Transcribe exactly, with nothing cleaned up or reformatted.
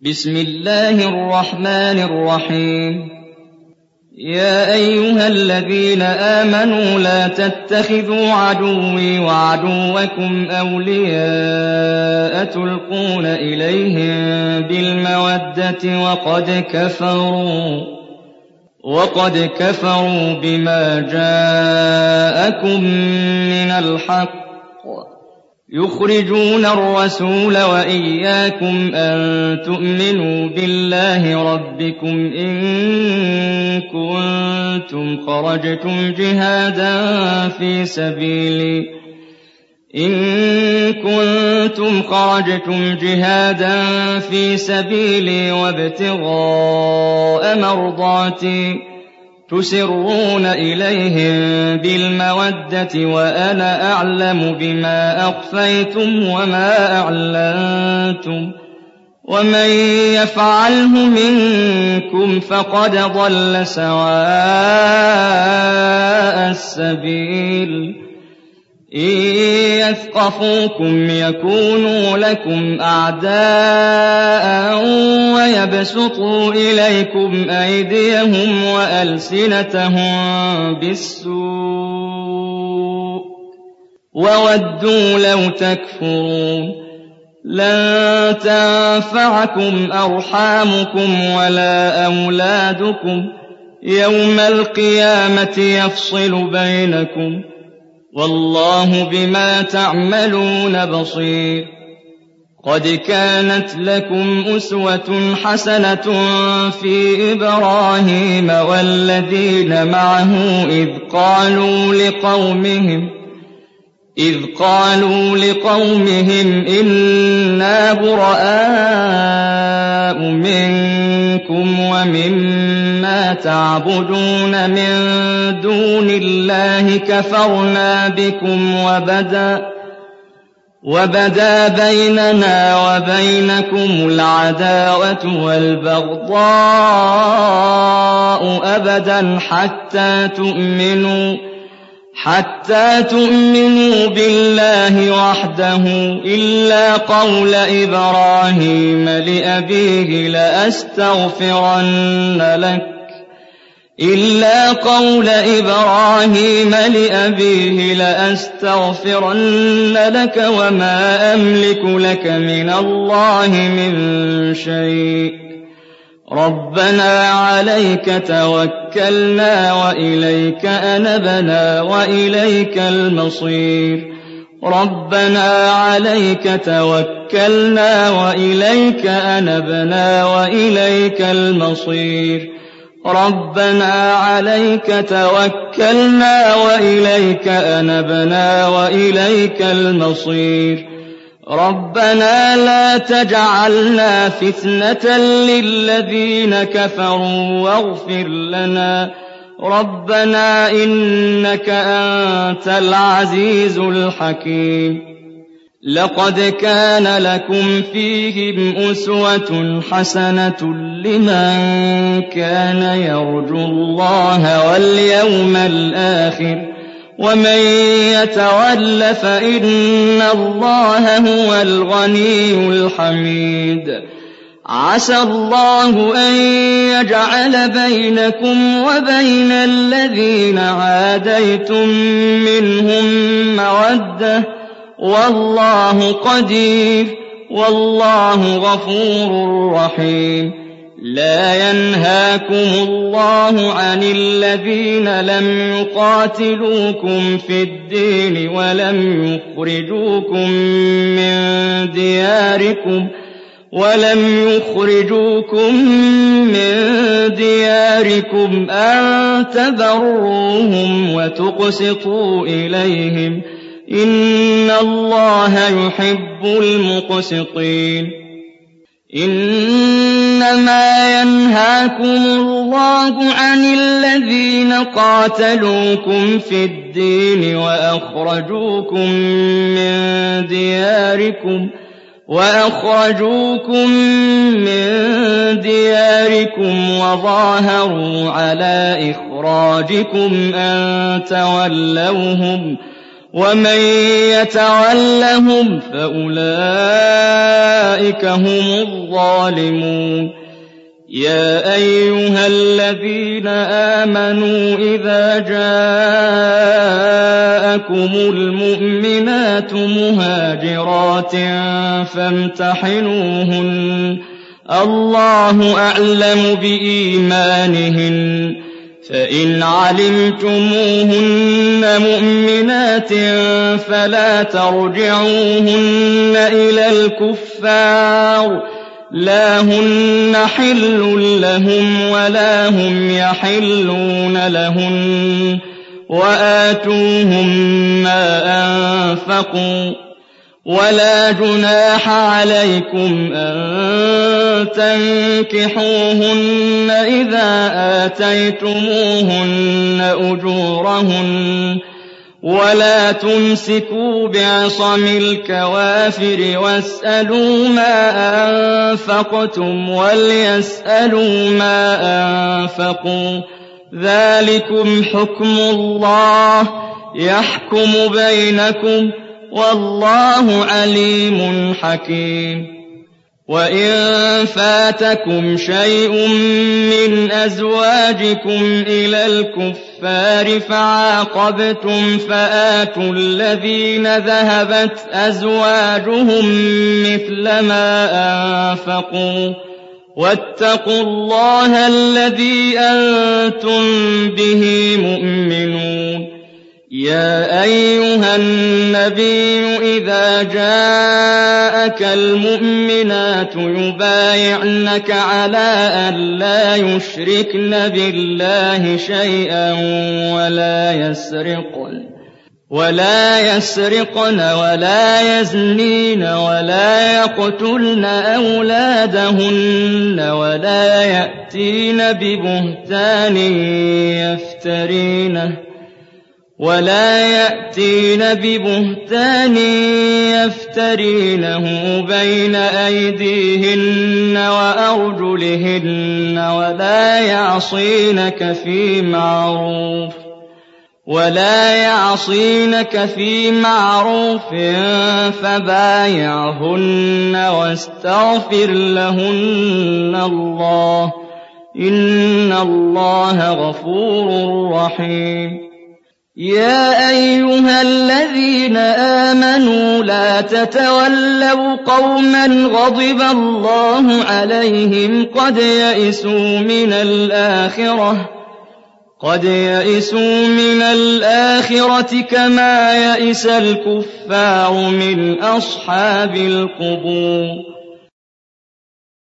بسم الله الرحمن الرحيم يا أيها الذين آمنوا لا تتخذوا عدوي وعدوكم أولياء تلقون إليهم بالمودة وقد كفروا وقد كفروا بما جاءكم من الحق يخرجون الرسول وإياكم أن تؤمنوا بالله ربكم إن كنتم خرجتم جهادا في سبيلي إن كنتم خرجتم جهادا في سبيلي وابتغاء مرضاتي تسرون إليهم بالمودة وأنا أعلم بما أخفيتم وما أعلنتم ومن يفعله منكم فقد ضل سواء السبيل إن يثقفوكم يكونوا لكم أعداء ويبسطوا إليكم أيديهم وألسنتهم بالسوء وودوا لو تكفرون لن تنفعكم أرحامكم ولا أولادكم يوم القيامة يفصل بينكم والله بما تعملون بصير قد كانت لكم أسوة حسنة في إبراهيم والذين معه إذ قالوا لقومهم إذ قالوا لقومهم إنا براء منكم ومما تعبدون من دون الله كفرنا بكم وبدا وبدا بيننا وبينكم العداوة والبغضاء أبدا حتى تؤمنوا حتى تؤمنوا بالله وحده إلا قول إبراهيم لأبيه لأستغفرن لك إلا قول إبراهيم لأبيه لأستغفرن لك وما أملك لك من الله من شيء ربنا عليك توكلنا وإليك أنبنا وإليك المصير ربنا عليك توكلنا وإليك أنبنا وإليك المصير ربنا عليك توكلنا وإليك أنبنا وإليك المصير ربنا لا تجعلنا فتنة للذين كفروا واغفر لنا ربنا إنك أنت العزيز الحكيم لقد كان لكم فيهم أسوة حسنة لمن كان يرجو الله واليوم الآخر ومن يتول فإن الله هو الغني الحميد عسى الله أن يجعل بينكم وبين الذين عاديتم منهم مودة والله قدير والله غفور رحيم لا ينهاكم الله عن الذين لم يقاتلوكم في الدين ولم يخرجوكم من دياركم ولم يخرجوكم من دياركم أن تبروهم وتقسطوا إليهم إن الله يحب المقسطين إنما ينهاكم الله عن الذين قاتلوكم في الدين وأخرجوكم من دياركم وأخرجوكم من دياركم وظاهروا على إخراجكم أن تولوهم ومن يتولهم فأولئك هم الظالمون يا أيها الذين آمنوا إذا جاءكم المؤمنات مهاجرات فامتحنوهن الله أعلم بإيمانهن فإن علمتموهن مؤمنات فلا ترجعوهن إلى الكفار لا هن حل لهم ولا هم يحلون لهن وآتوهم ما أنفقوا ولا جناح عليكم أن تنكحوهن إذا آتيتموهن أجورهن ولا تمسكوا بعصم الكوافر واسألوا ما أنفقتم وليسألوا ما أنفقوا ذلكم حكم الله يحكم بينكم والله عليم حكيم وإن فاتكم شيء من أزواجكم إلى الكفار فعاقبتم فآتوا الذين ذهبت أزواجهم مثل ما أنفقوا واتقوا الله الذي أنتم به مؤمنون يا أيها النبي إذا جاءك المؤمنات يبايعنك على أن لا يشركن بالله شيئا ولا يسرقن ولا يسرقن ولا يزنين ولا يقتلن أولادهن ولا يأتين ببهتان يفترينه ولا يأتين ببهتان يفترينه بين أيديهن وأرجلهن ولا يعصينك في معروف ولا يعصينك في معروف فبايعهن واستغفر لهن الله إن الله غفور رحيم يا أيها الذين آمنوا لا تتولوا قوما غضب الله عليهم قد يئسوا من الآخرة قد يئسوا من الآخرة كما يئس الكفار من أصحاب القبور